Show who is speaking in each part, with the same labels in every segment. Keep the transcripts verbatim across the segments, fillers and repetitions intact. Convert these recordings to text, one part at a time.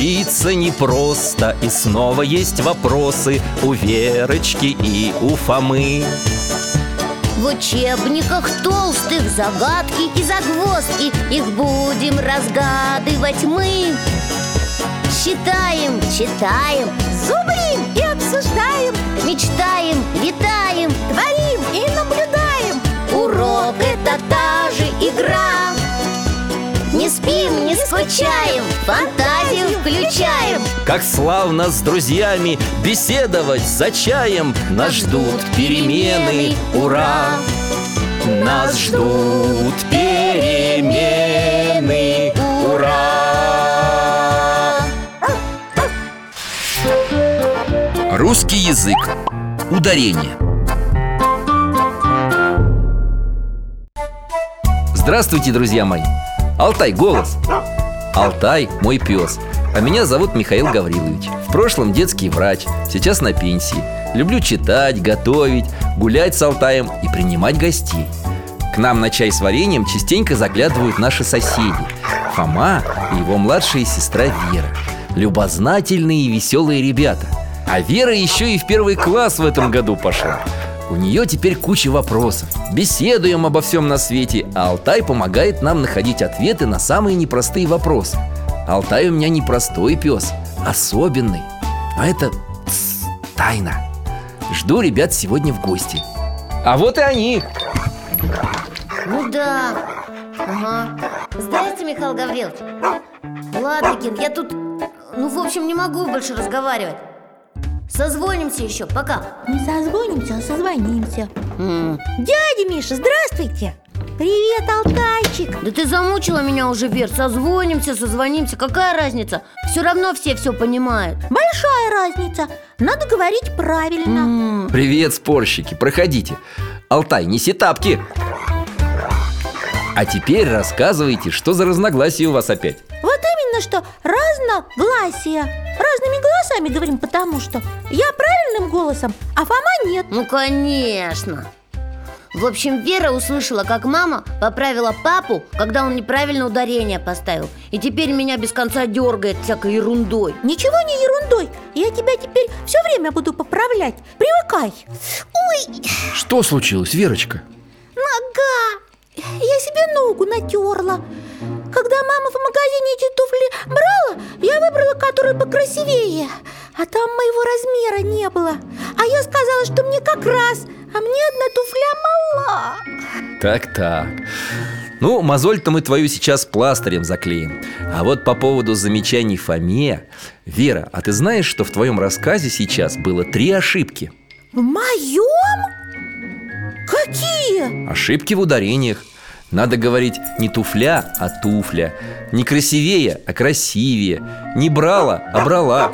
Speaker 1: учиться непросто, и снова есть вопросы у Верочки и у Фомы.
Speaker 2: В учебниках толстых загадки и загвоздки, их будем разгадывать мы. Считаем, читаем, зубрим и обсуждаем, мечтаем, летаем, творим и наблюдаем. Урок — это та же игра. Не спим, не скучаем, фантазию включаем.
Speaker 1: Как славно с друзьями беседовать за чаем. Нас ждут перемены, ура! Нас ждут перемены, ура!
Speaker 3: Русский язык. Ударение.
Speaker 1: Здравствуйте, друзья мои! Алтай — голос. Алтай — мой пес. А меня зовут Михаил Гаврилович. В прошлом детский врач, сейчас на пенсии. Люблю читать, готовить, гулять с Алтаем и принимать гостей. К нам на чай с вареньем частенько заглядывают наши соседи Фома и его младшая сестра Вера. Любознательные и веселые ребята. А Вера еще и в первый класс в этом году пошла. У нее теперь куча вопросов. Беседуем обо всем на свете, а Алтай помогает нам находить ответы на самые непростые вопросы. Алтай у меня непростой пес, особенный. А это тс, тайна. Жду ребят сегодня в гости. А вот и они.
Speaker 2: Ну да. Ага. Здрасте, Михаил Гаврилович. Ладно, Кин, я тут, ну, в общем, не могу больше разговаривать. Созвонимся еще, пока.
Speaker 4: Не созвонимся, а созвонимся.
Speaker 2: М.
Speaker 4: Дядя Миша, здравствуйте. Привет, Алтайчик.
Speaker 2: Да ты замучила меня уже, Вер. Созвонимся, созвонимся, какая разница? Все равно все все понимают.
Speaker 4: Большая разница. Надо говорить правильно.
Speaker 2: М.
Speaker 1: Привет, спорщики, проходите. Алтай, неси тапки. А теперь рассказывайте, что за разногласия у вас опять?
Speaker 4: Вот именно что разногласия. Разными голосами говорим, потому что я правильным голосом, а Фома нет.
Speaker 2: Ну, конечно. В общем, Вера услышала, как мама поправила папу, когда он неправильно ударение поставил. И теперь меня без конца дергает всякой ерундой.
Speaker 4: Ничего не ерундой. Я тебя теперь все время буду поправлять. Привыкай. Ой,
Speaker 1: Что случилось, Верочка?
Speaker 4: нога. Я себе ногу натерла. Когда мама в магазине эти туфли брала, я выбрала, которые покрасивее. А там моего размера не было. А я сказала, что мне как раз, а мне одна туфля мала.
Speaker 1: Так-так. Ну, мозоль-то мы твою сейчас пластырем заклеим. А вот по поводу замечаний Фоме. Вера, а ты знаешь, что в твоем рассказе сейчас было три ошибки?
Speaker 4: В моем? Какие?
Speaker 1: Ошибки в ударениях. Надо говорить не туфля, а туфля. Не красивее, а красивее. Не брала, а брала.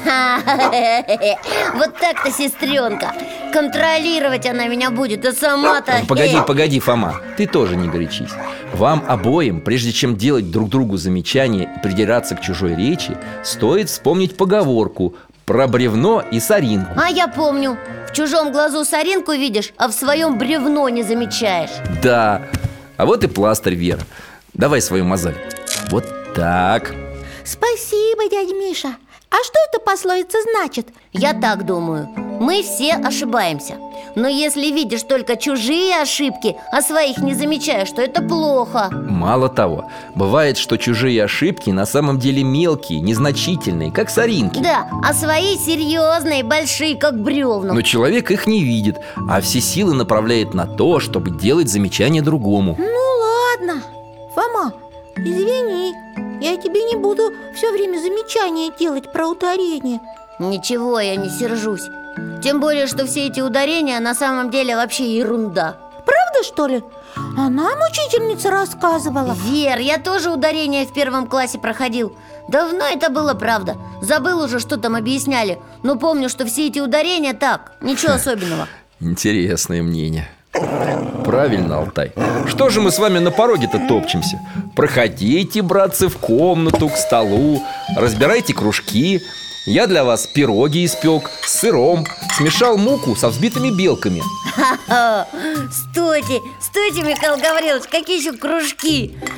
Speaker 2: Вот так-то, сестренка. Контролировать она меня будет, а сама-то...
Speaker 1: Погоди, погоди, Фома, ты тоже не горячись. Вам обоим, прежде чем делать друг другу замечания и придираться к чужой речи, стоит вспомнить поговорку про бревно и соринку.
Speaker 2: А я помню. В чужом глазу соринку видишь, а в своем бревно не замечаешь.
Speaker 1: Да. А вот и пластырь, Вера. Давай свою мозоль. Вот так.
Speaker 4: Спасибо, дядя Миша. А что эта пословица значит?
Speaker 2: Я так думаю. Мы все ошибаемся. Но если видишь только чужие ошибки, а своих не замечаешь, то это плохо.
Speaker 1: Мало того, бывает, что чужие ошибки на самом деле мелкие, незначительные, как соринки.
Speaker 2: Да, а свои серьезные, большие, как бревна.
Speaker 1: Но человек их не видит, а все силы направляет на то, чтобы делать замечания другому.
Speaker 4: Ну ладно, Фома, извини. Я тебе не буду все время замечания делать про ударение.
Speaker 2: Ничего, я не сержусь. Тем более, что все эти ударения на самом деле вообще ерунда.
Speaker 4: Правда, что ли? А нам учительница рассказывала.
Speaker 2: Вер, я тоже ударение в первом классе проходил. Давно это было, правда. Забыл уже, что там объясняли. Но помню, что все эти ударения так, ничего особенного.
Speaker 1: Интересное мнение. Правильно, Алтай. Что же мы с вами на пороге-то топчемся? Проходите, братцы, в комнату, к столу. Разбирайте кружки. Я для вас пироги испек с сыром. Смешал муку со взбитыми белками.
Speaker 2: Ха-ха. Стойте, стойте, Михаил Гаврилович, какие еще кружки?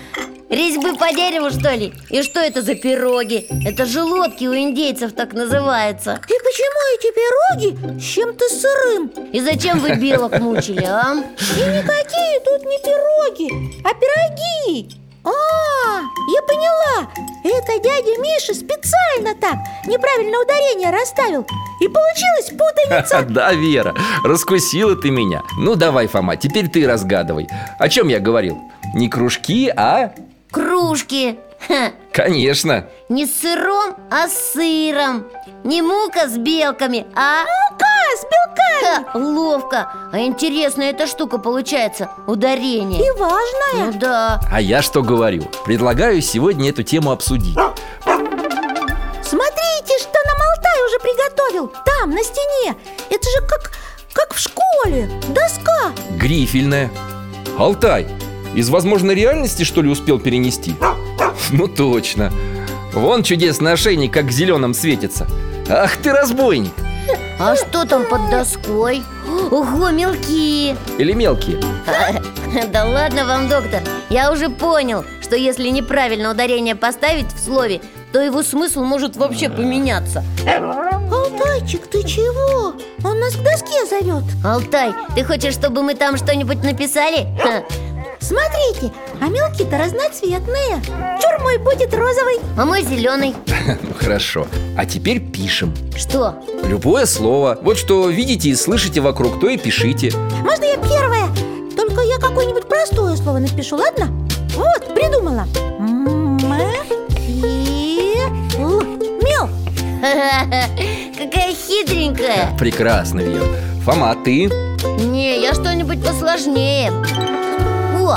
Speaker 2: Резьбы по дереву, что ли? И что это за пироги? Это желудки у индейцев так называются.
Speaker 4: И почему эти пироги с чем-то сырым?
Speaker 2: И зачем вы белок мучили, а?
Speaker 4: И никакие тут не пироги, а пироги. А, я поняла. Это дядя Миша специально так неправильно ударение расставил. И получилась путаница.
Speaker 1: Да, Вера, раскусила ты меня. Ну давай, Фома, теперь ты разгадывай. О чем я говорил? Не кружки, а...
Speaker 2: Кружки. Ха.
Speaker 1: Конечно.
Speaker 2: Не с сыром, а с сыром. Не мука с белками, а...
Speaker 4: Мука с белками.
Speaker 2: Ха, ловко. А интересная эта штука получается. Ударение.
Speaker 4: И важная.
Speaker 2: Ну да.
Speaker 1: А я что говорю? Предлагаю сегодня эту тему обсудить.
Speaker 4: Смотрите, что нам Алтай уже приготовил. Там, на стене. Это же как, как в школе. Доска.
Speaker 1: Грифельная. Алтай, из возможной реальности, что ли, успел перенести? Ну точно. Вон чудесный ошейник, как в зеленом светится. Ах ты разбойник.
Speaker 2: А что там под доской? Ого, мелкие.
Speaker 1: Или мелкие?
Speaker 2: Да ладно вам, доктор. Я уже понял, что если неправильно ударение поставить в слове, то его смысл может вообще поменяться.
Speaker 4: Алтайчик, ты чего? Он нас к доске зовет.
Speaker 2: Алтай, ты хочешь, чтобы мы там что-нибудь написали? Ха.
Speaker 4: Смотрите, а мелкие-то разноцветные. Чур мой будет розовый.
Speaker 2: А мой зеленый.
Speaker 1: Ну хорошо. А теперь пишем.
Speaker 2: Что?
Speaker 1: Любое слово. Вот что видите и слышите вокруг, то и пишите.
Speaker 4: Можно я первая? Только я какое-нибудь простое слово напишу, ладно? Вот, придумала. М-м-м-м-м-м-м-м-м-м-м-м-м-м-м-м-м-м. Мел.
Speaker 2: Какая хитренькая.
Speaker 1: Прекрасно, Вера. Фома, ты?
Speaker 2: Не, я что-нибудь посложнее. О,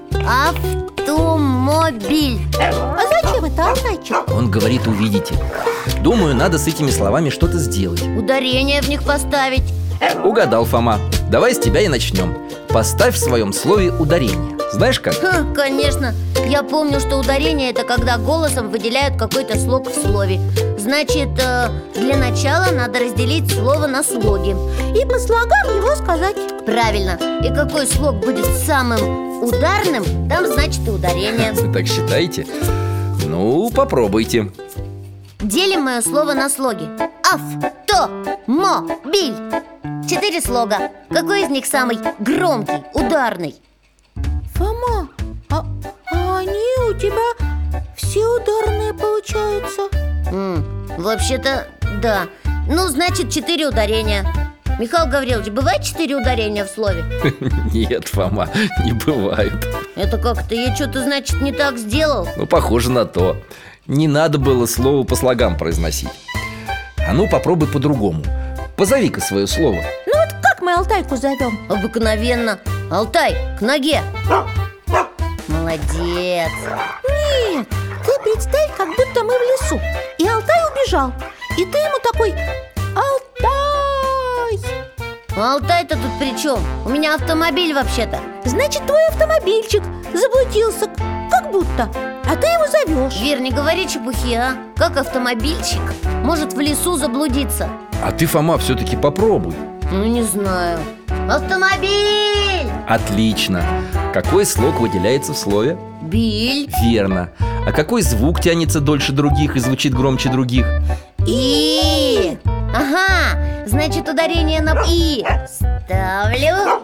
Speaker 2: автомобиль.
Speaker 4: А зачем это, Алтайчик?
Speaker 1: Он говорит, увидите. Думаю, надо с этими словами что-то сделать.
Speaker 2: Ударение в них поставить.
Speaker 1: Угадал, Фома. Давай с тебя и начнем. Поставь в своем слове ударение. Знаешь как?
Speaker 2: Ха, конечно. Я помню, что ударение – это когда голосом выделяют какой-то слог в слове. Значит, э, для начала надо разделить слово на слоги.
Speaker 4: И по слогам его сказать.
Speaker 2: Правильно. И какой слог будет самым ударным, там значит и ударение.
Speaker 1: Вы так считаете? Ну, попробуйте.
Speaker 2: Делим мое слово на слоги. Автомобиль. Четыре слога. Какой из них самый громкий, ударный?
Speaker 4: Фома, а, а они у тебя все ударные получаются?
Speaker 2: М, Вообще-то, да. Ну, значит, четыре ударения. Михаил Гаврилович, бывает четыре ударения в слове?
Speaker 1: Нет, Фома, не бывает.
Speaker 2: Это как-то я что-то, значит, не так сделал?
Speaker 1: Ну, похоже на то. Не надо было слово по слогам произносить. А ну, попробуй по-другому. Позови-ка свое слово.
Speaker 4: Ну вот как мы Алтайку зовем?
Speaker 2: Обыкновенно. Алтай, к ноге. Молодец.
Speaker 4: Нет, ты представь, как будто мы в лесу, и Алтай убежал. И ты ему такой: Алтай!
Speaker 2: А Алтай-то тут при чем? У меня автомобиль вообще-то.
Speaker 4: Значит, твой автомобильчик заблудился, как будто. А ты его зовешь.
Speaker 2: Вер, не говори чепухи, а? Как автомобильчик может в лесу заблудиться?
Speaker 1: А ты, Фома, все-таки попробуй.
Speaker 2: Ну, не знаю. Автомобиль!
Speaker 1: Отлично. Какой слог выделяется в слове?
Speaker 2: Биль.
Speaker 1: Верно. А какой звук тянется дольше других и звучит громче других?
Speaker 2: И. Ага, значит, ударение на И. Ставлю.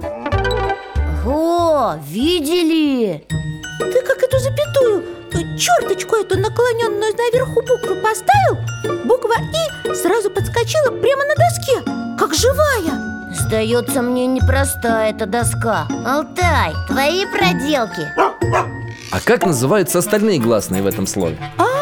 Speaker 2: О, видели?
Speaker 4: Ты как эту запятую, черточку эту наклоненную наверху букву поставил, буква И сразу подскочила прямо на доске, как живая.
Speaker 2: Сдается мне непростая эта доска. Алтай, твои проделки.
Speaker 1: А как называются остальные гласные в этом слове?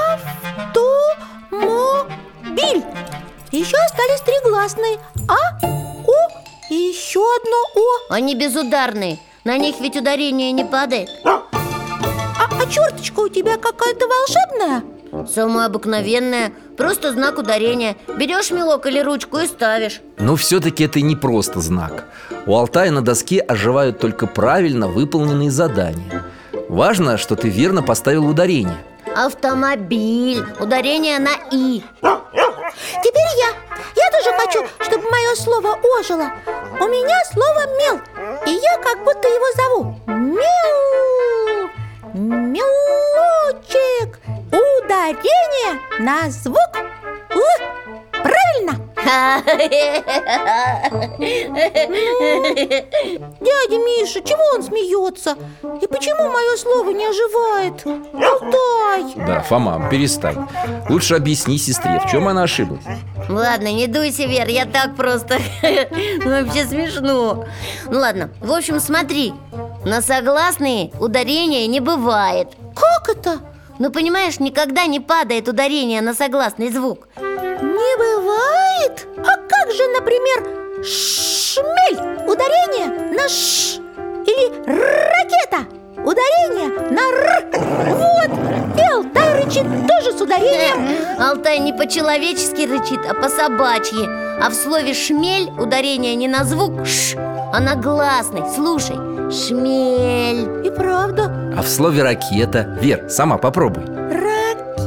Speaker 4: Автомобиль. Еще остались три гласные: А, О и еще одно О.
Speaker 2: Они безударные. На них ведь ударение не падает.
Speaker 4: А, а черточка у тебя какая-то волшебная?
Speaker 2: Самая обыкновенная. Просто знак ударения. Берешь мелок или ручку и ставишь.
Speaker 1: Но все-таки это не просто знак. У Алтая на доске оживают только правильно выполненные задания. Важно, что ты верно поставил ударение.
Speaker 2: Автомобиль. Ударение на И.
Speaker 4: Теперь я. Я тоже хочу, чтобы мое слово ожило. У меня слово «мел», и я как будто его зову. Мяу. Мяу. ударение на звук Л. Правильно? Дядя Миша, чего он смеется? И почему мое слово не оживает? Алтай!
Speaker 1: Да, Фома, перестань. Лучше объясни сестре, в чем она ошиблась.
Speaker 2: Ладно, не дуйся, Вер, я так просто. Вообще смешно. Ну ладно, в общем, смотри. На согласные ударения не бывает.
Speaker 4: Как это?
Speaker 2: Ну, понимаешь, никогда не падает ударение на согласный звук.
Speaker 4: Не бывает? А как же, например, шмель? Ударение на ш. Или ракета? Ударение на р. Вот, и Алтай рычит тоже с ударением.
Speaker 2: Алтай не по-человечески рычит, а по-собачьи. А в слове шмель ударение не на звук ш, а на гласный. Слушай, шмель.
Speaker 4: И правда.
Speaker 1: А в слове ракета, Вер, сама попробуй.
Speaker 4: Ракета.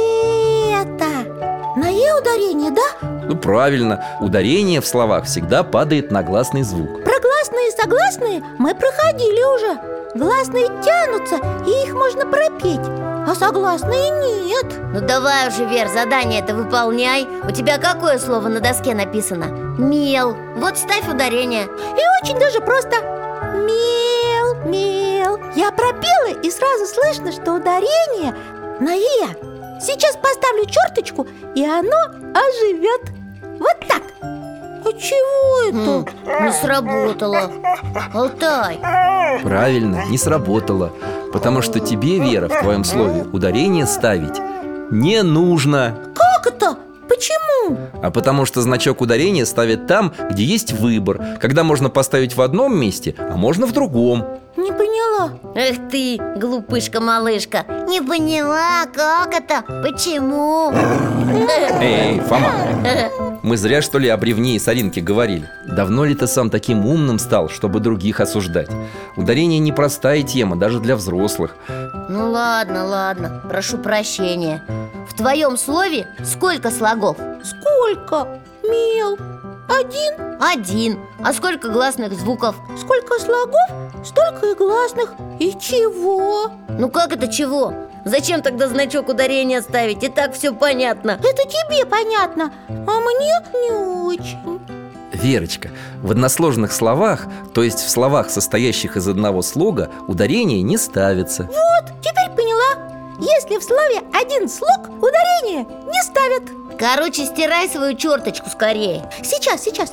Speaker 4: На е ударение, да?
Speaker 1: Ну правильно, ударение в словах всегда падает на гласный звук.
Speaker 4: Про гласные и согласные мы проходили уже. Гласные тянутся, и их можно пропеть, а согласные нет.
Speaker 2: Ну давай уже, Вер, задание это выполняй. У тебя какое слово на доске написано? Мел. Вот ставь ударение.
Speaker 4: И очень даже просто. Мел, мел. Я пропела, и сразу слышно, что ударение на е. Сейчас поставлю черточку, и оно оживет. Вот так. А чего это?
Speaker 2: М, Не сработало. Алтай.
Speaker 1: Правильно, не сработало. Потому что тебе, Вера, в твоем слове ударение ставить не нужно.
Speaker 4: Как это? Почему?
Speaker 1: А потому что значок ударения ставят там, где есть выбор. Когда можно поставить в одном месте, а можно в другом.
Speaker 4: Не поняла.
Speaker 2: Эх ты, глупышка-малышка. Не поняла, как это? Почему?
Speaker 1: Эй, Фома, мы зря, что ли, о бревне и соринке говорили? Давно ли ты сам таким умным стал, чтобы других осуждать? Ударение непростая тема, даже для взрослых.
Speaker 2: Ну ладно, ладно, прошу прощения. В твоем слове сколько слогов?
Speaker 4: Сколько? Мел. Один.
Speaker 2: Один. А сколько гласных звуков?
Speaker 4: Сколько слогов, столько и гласных. И чего?
Speaker 2: Ну как это чего? Зачем тогда значок ударения ставить? И так все понятно.
Speaker 4: Это тебе понятно, а мне не очень.
Speaker 1: Верочка, в односложных словах, то есть в словах, состоящих из одного слога, ударение не ставится.
Speaker 4: Вот, теперь поняла. Если в слове один слог, ударение не ставят.
Speaker 2: Короче, стирай свою черточку скорее.
Speaker 4: Сейчас, сейчас.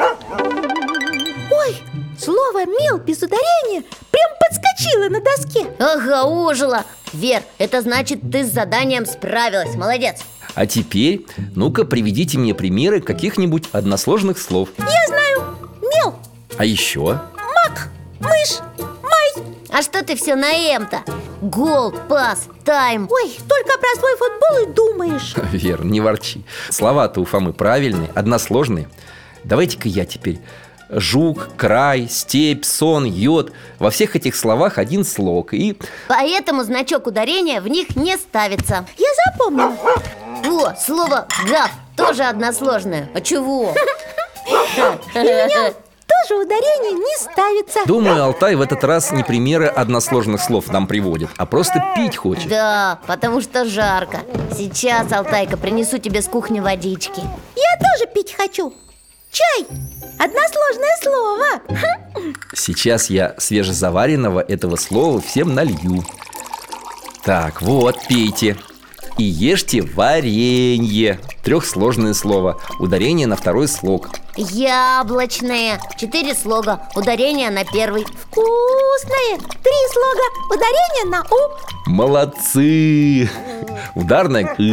Speaker 4: Ой, слово «мел» без ударения прям подскочило на доске.
Speaker 2: Ага, ожило. Вер, это значит, ты с заданием справилась. Молодец.
Speaker 1: А теперь, ну-ка, приведите мне примеры каких-нибудь односложных слов.
Speaker 4: Я знаю. Мел,
Speaker 1: А еще?
Speaker 4: мак, мышь, май.
Speaker 2: А что ты все на М-то? Гол, пас, тайм.
Speaker 4: Ой, только про свой футбол и думаешь.
Speaker 1: Вер, не ворчи. Слова-то у Фомы правильные, односложные. Давайте-ка я теперь. Жук, край, степь, сон, йод. Во всех этих словах один слог. И...
Speaker 2: Поэтому значок ударения в них не ставится.
Speaker 4: Я запомнила.
Speaker 2: О, слово «гав» тоже односложное. А чего?
Speaker 4: И в нем тоже ударение не ставится.
Speaker 1: Думаю, Алтай в этот раз не примеры односложных слов нам приводит, а просто пить хочет.
Speaker 2: Да, потому что жарко. Сейчас, Алтайка, принесу тебе с кухни водички.
Speaker 4: Я тоже пить хочу. Чай. Односложное слово.
Speaker 1: Сейчас я свежезаваренного этого слова всем налью. Так, вот, пейте. И ешьте варенье. Трехсложное слово. Ударение на второй слог.
Speaker 2: Яблочное. Четыре слога. Ударение на первый.
Speaker 4: Вкусное. Три слога. Ударение на у.
Speaker 1: Молодцы! Ударное «к».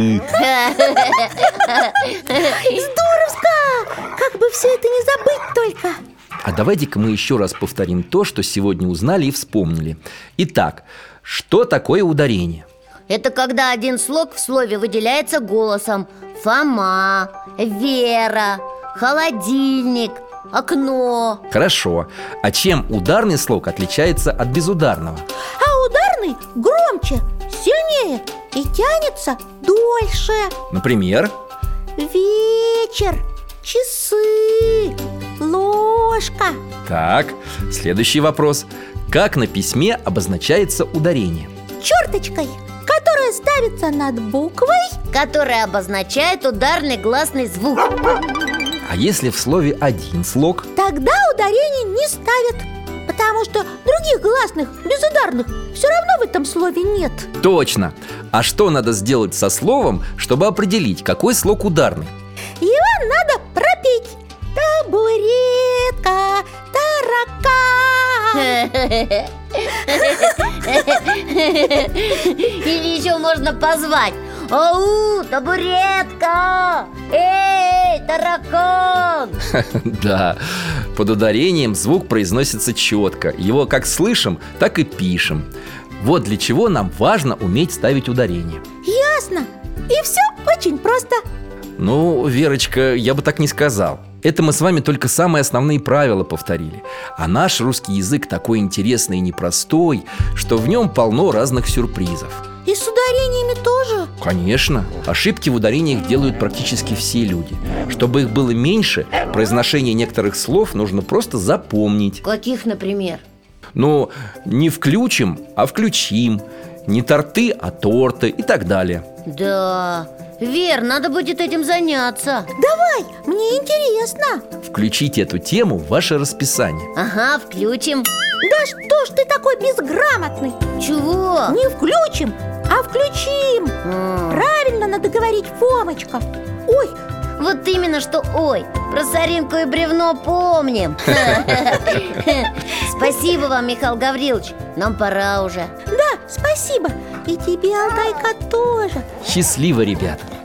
Speaker 4: Здоровско! Как бы все это не забыть только.
Speaker 1: А давайте-ка мы еще раз повторим то, что сегодня узнали и вспомнили. Итак, что такое ударение?
Speaker 2: Это когда один слог в слове выделяется голосом. Фома, Вера, холодильник, окно.
Speaker 1: Хорошо. А чем ударный слог отличается от безударного?
Speaker 4: А ударный громче, сильнее и тянется дольше.
Speaker 1: Например?
Speaker 4: Вечер, часы, ложка.
Speaker 1: Так, следующий вопрос. Как на письме обозначается ударение?
Speaker 4: Черточкой, которая ставится над буквой,
Speaker 2: которая обозначает ударный гласный звук.
Speaker 1: А если в слове один слог?
Speaker 4: тогда ударение не ставят, потому что других гласных, безударных, все равно в этом слове нет.
Speaker 1: Точно! А что надо сделать со словом, чтобы определить, какой слог ударный?
Speaker 4: Его надо пропеть. Табуретка, таракан.
Speaker 2: Или еще можно позвать: ау, табуретка! Эй, таракан!
Speaker 1: Да, под ударением звук произносится четко. Его как слышим, так и пишем. Вот для чего нам важно уметь ставить ударение.
Speaker 4: Ясно. И все очень просто.
Speaker 1: Ну, Верочка, я бы так не сказал. Это мы с вами только самые основные правила повторили. А наш русский язык такой интересный и непростой, что в нем полно разных сюрпризов.
Speaker 4: И с ударениями тоже?
Speaker 1: Конечно, ошибки в ударениях делают практически все люди. Чтобы их было меньше, произношение некоторых слов нужно просто запомнить.
Speaker 2: Каких, например?
Speaker 1: Ну, не включим, а включим. Не торты, а торты и так далее.
Speaker 2: Да, Вер, надо будет этим заняться.
Speaker 4: Давай, мне интересно.
Speaker 1: Включите эту тему в ваше расписание.
Speaker 2: Ага, включим.
Speaker 4: Да что ж ты такой безграмотный?
Speaker 2: Чего?
Speaker 4: Не включим, а включим.
Speaker 2: М,
Speaker 4: Правильно надо говорить, Фомочка. Ой,
Speaker 2: Вот именно что ой, про соринку и бревно помним. Спасибо вам, Михаил Гаврилович. Нам пора уже.
Speaker 4: да, спасибо. И тебе, Алтайка, тоже.
Speaker 1: Счастливо, ребята!